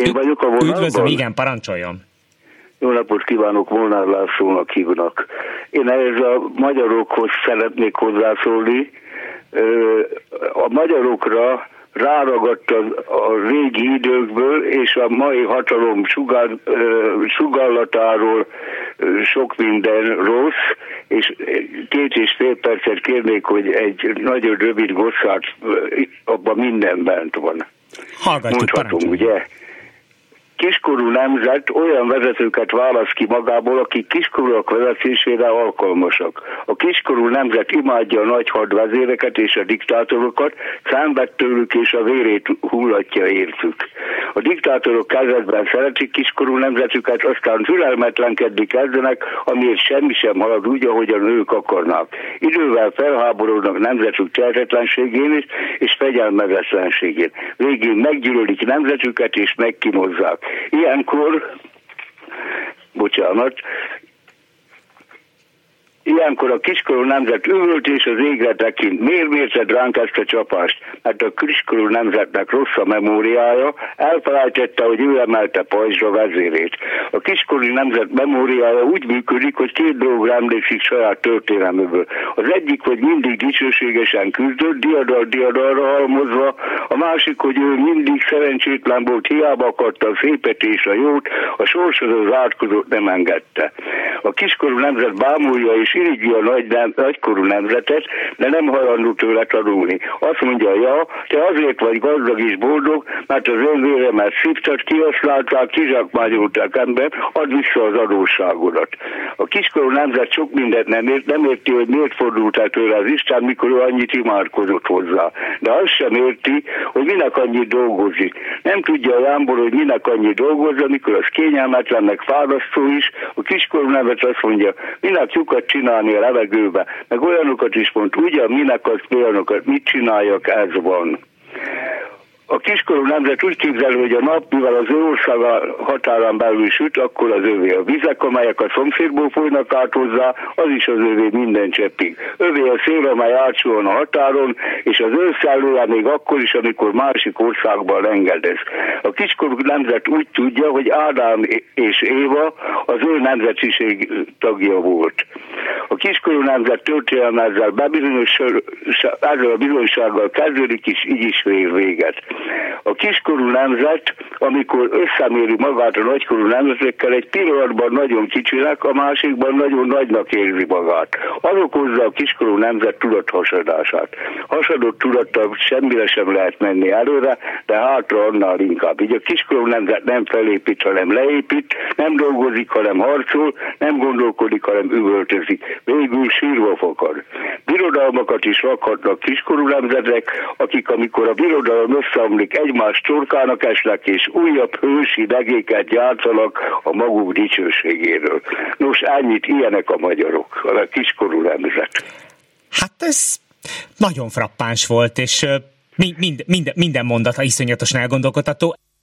Én vagyok a vonalban? Üdvözlöm, igen, parancsoljon. Jó napot kívánok, Molnár Lászlónak hívnak. Én ehhez a magyarokhoz szeretnék hozzászólni. A magyarokra ráragadt a régi időkből és a mai hatalom sugallatáról sok minden rossz, és 2,5 percet kérnék, hogy egy nagyon rövid gosszát, abban minden bent van. Hallgatjuk, mondhatom, ugye? Kiskorú nemzet olyan vezetőket választ ki magából, akik kiskorúak vezetésére alkalmasak. A kiskorú nemzet imádja a nagy hadvezéreket és a diktátorokat, szenved tőlük és a vérét hullatja értük. A diktátorok kezdetben szeretik kiskorú nemzetüket, aztán türelmetlenkedni kezdenek, amiért semmi sem halad úgy, ahogyan ők akarnak. Idővel felháborodnak nemzetük tehetetlenségén és fegyelmezetlenségén. Végén meggyűlölik nemzetüket és megkínozzák. Ilyenkor a kiskorú nemzet üvölt és az égre tekint. Miért mérted ránk ezt a csapást? Mert a kiskorú nemzetnek rossz a memóriája, elfelejtette, hogy ő emelte pajzsra vezérét. A kiskorú nemzet memóriája úgy működik, hogy 2 dologra emlékszik saját történelméből. Az egyik, hogy mindig dicsőségesen küzdött, diadalra halmozva, a másik, hogy ő mindig szerencsétlen volt, hiába akarta a szépet és a jót, a sorsod az átkozót nem engedte. A kiskorú nemzet bámulja és irigyi a nagykorú nemzetet, de nem hajlandó tőle tanulni. Azt mondja, ja, te azért vagy gazdag és boldog, mert az ön véremet szívtad, kihasználták, kizsákmányolták ember, add vissza az adósságodat. A kiskorú nemzet sok mindent nem érti, hogy miért fordult el tőle az Isten, mikor ő annyit imádkozott hozzá. De azt sem érti, hogy minek annyit dolgozik. Nem tudja a jámbor, hogy minek annyit dolgozza, mikor az kényelmetlen, meg fárasztó is. A kiskorú nemzet azt mondja, minek lyukat csinálni a levegőbe, meg olyanokat is mond, ugye, minek az olyanokat, mit csináljak, ez van. A kiskorú nemzet úgy képzel, hogy a nap, mivel az ő országa határán belül süt, akkor az övé. A vizek, amelyek a szomszédból folynak át hozzá, az is az övé minden cseppig. Övé a szél, amely átsuhan a határon, és az ő szellője még akkor is, amikor másik országban lengedez. A kiskorú nemzet úgy tudja, hogy Ádám és Éva az ő nemzetiség tagja volt. A kiskorú nemzet történelme ezzel a bizonysággal kezdődik, és így is véget. A kiskorú nemzet, amikor összeméri magát a nagykorú nemzetekkel, egy pillanatban nagyon kicsinek, a másikban nagyon nagynak érzi magát. Az okozza a kiskorú nemzet tudathasadását. Hasadott tudattal semmire sem lehet menni előre, de hátra annál inkább. Így a kiskorú nemzet nem felépít, hanem leépít, nem dolgozik, hanem harcol, nem gondolkodik, hanem üvöltözik. Végül sírva fakad. Birodalmakat is rakhatnak kiskorú nemzetek, akik amikor a birodalom összeomlik, egymás torkának esnek, és újabb hősi regéket gyártanak a maguk dicsőségéről. Nos, ennyit, ilyenek a magyarok, a kiskorú nemzet. Hát ez nagyon frappáns volt, és minden mondata iszonyatosan elgondolkodtató.